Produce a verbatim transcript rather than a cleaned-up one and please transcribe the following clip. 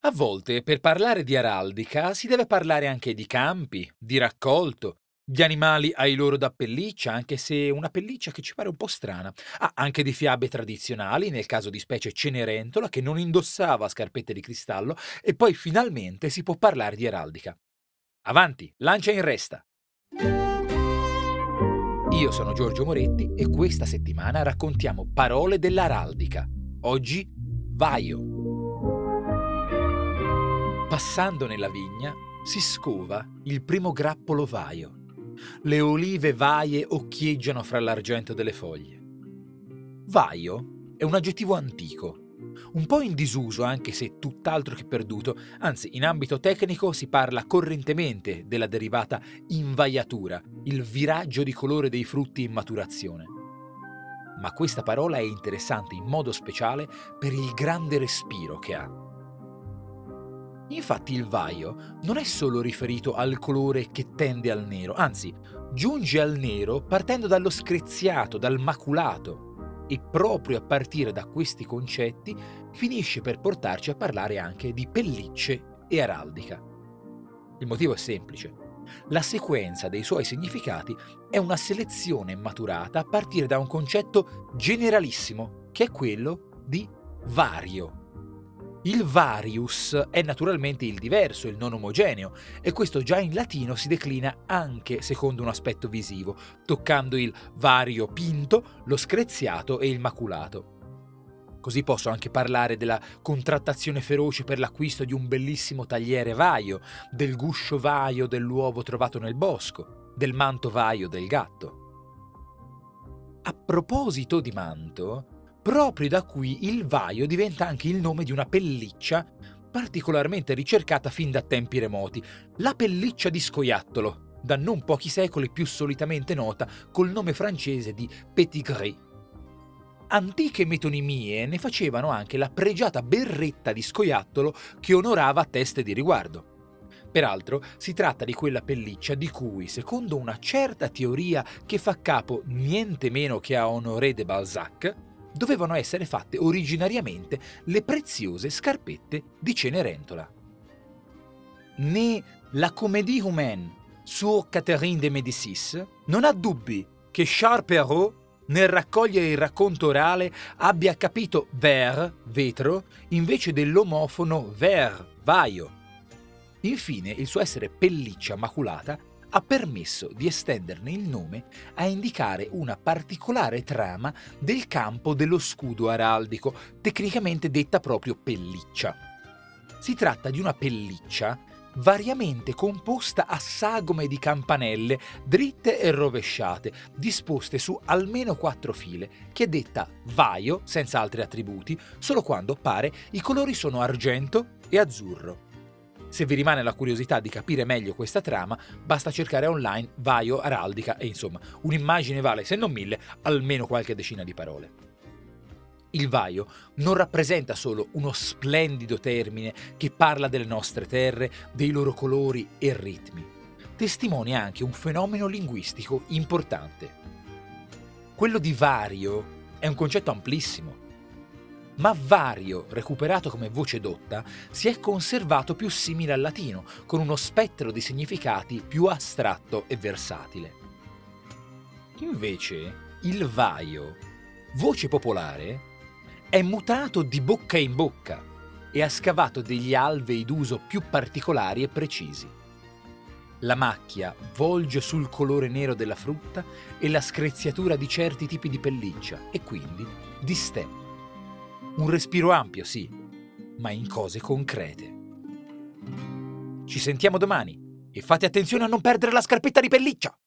A volte per parlare di araldica si deve parlare anche di campi, di raccolto, di animali ai loro da pelliccia, anche se una pelliccia che ci pare un po' strana. Ah, anche di fiabe tradizionali, nel caso di specie Cenerentola che non indossava scarpette di cristallo, e poi finalmente si può parlare di araldica. Avanti, lancia in resta! Io sono Giorgio Moretti e questa settimana raccontiamo parole dell'araldica. Oggi, vaio. Passando nella vigna si scova il primo grappolo vaio. Le olive vaie occhieggiano fra l'argento delle foglie. Vaio è un aggettivo antico, un po' in disuso anche se tutt'altro che perduto, anzi in ambito tecnico si parla correntemente della derivata invaiatura, il viraggio di colore dei frutti in maturazione. Ma questa parola è interessante in modo speciale per il grande respiro che ha. Infatti il vaio non è solo riferito al colore che tende al nero, anzi giunge al nero partendo dallo screziato, dal maculato, e proprio a partire da questi concetti finisce per portarci a parlare anche di pellicce e araldica. Il motivo è semplice: la sequenza dei suoi significati è una selezione maturata a partire da un concetto generalissimo, che è quello di vario. Il varius è naturalmente il diverso, il non omogeneo, e questo già in latino si declina anche secondo un aspetto visivo, toccando il vario pinto, lo screziato e il maculato. Così posso anche parlare della contrattazione feroce per l'acquisto di un bellissimo tagliere vaio, del guscio vaio dell'uovo trovato nel bosco, del manto vaio del gatto. A proposito di manto, proprio da qui il vaio diventa anche il nome di una pelliccia particolarmente ricercata fin da tempi remoti, la pelliccia di scoiattolo, da non pochi secoli più solitamente nota col nome francese di pétigré. Antiche metonimie ne facevano anche la pregiata berretta di scoiattolo che onorava teste di riguardo. Peraltro si tratta di quella pelliccia di cui, secondo una certa teoria che fa capo niente meno che a Honoré de Balzac, dovevano essere fatte originariamente le preziose scarpette di Cenerentola. Né la Comédie humaine sur Catherine de Médicis non ha dubbi che Charles Perrault, nel raccogliere il racconto orale, abbia capito ver, vetro, invece dell'omofono ver, vaio. Infine, il suo essere pelliccia maculata ha permesso di estenderne il nome a indicare una particolare trama del campo dello scudo araldico, tecnicamente detta proprio pelliccia. Si tratta di una pelliccia variamente composta a sagome di campanelle dritte e rovesciate, disposte su almeno quattro file, che è detta vaio senza altri attributi, solo quando pare i colori sono argento e azzurro. Se vi rimane la curiosità di capire meglio questa trama, basta cercare online vaio araldica e insomma, un'immagine vale, se non mille, almeno qualche decina di parole. Il vaio non rappresenta solo uno splendido termine che parla delle nostre terre, dei loro colori e ritmi. Testimonia anche un fenomeno linguistico importante. Quello di vario è un concetto amplissimo. Ma vario, recuperato come voce dotta, si è conservato più simile al latino, con uno spettro di significati più astratto e versatile. Invece, il vaio, voce popolare, è mutato di bocca in bocca e ha scavato degli alvei d'uso più particolari e precisi. La macchia volge sul colore nero della frutta e la screziatura di certi tipi di pelliccia e quindi di stemma. Un respiro ampio, sì, ma in cose concrete. Ci sentiamo domani e fate attenzione a non perdere la scarpetta di pelliccia!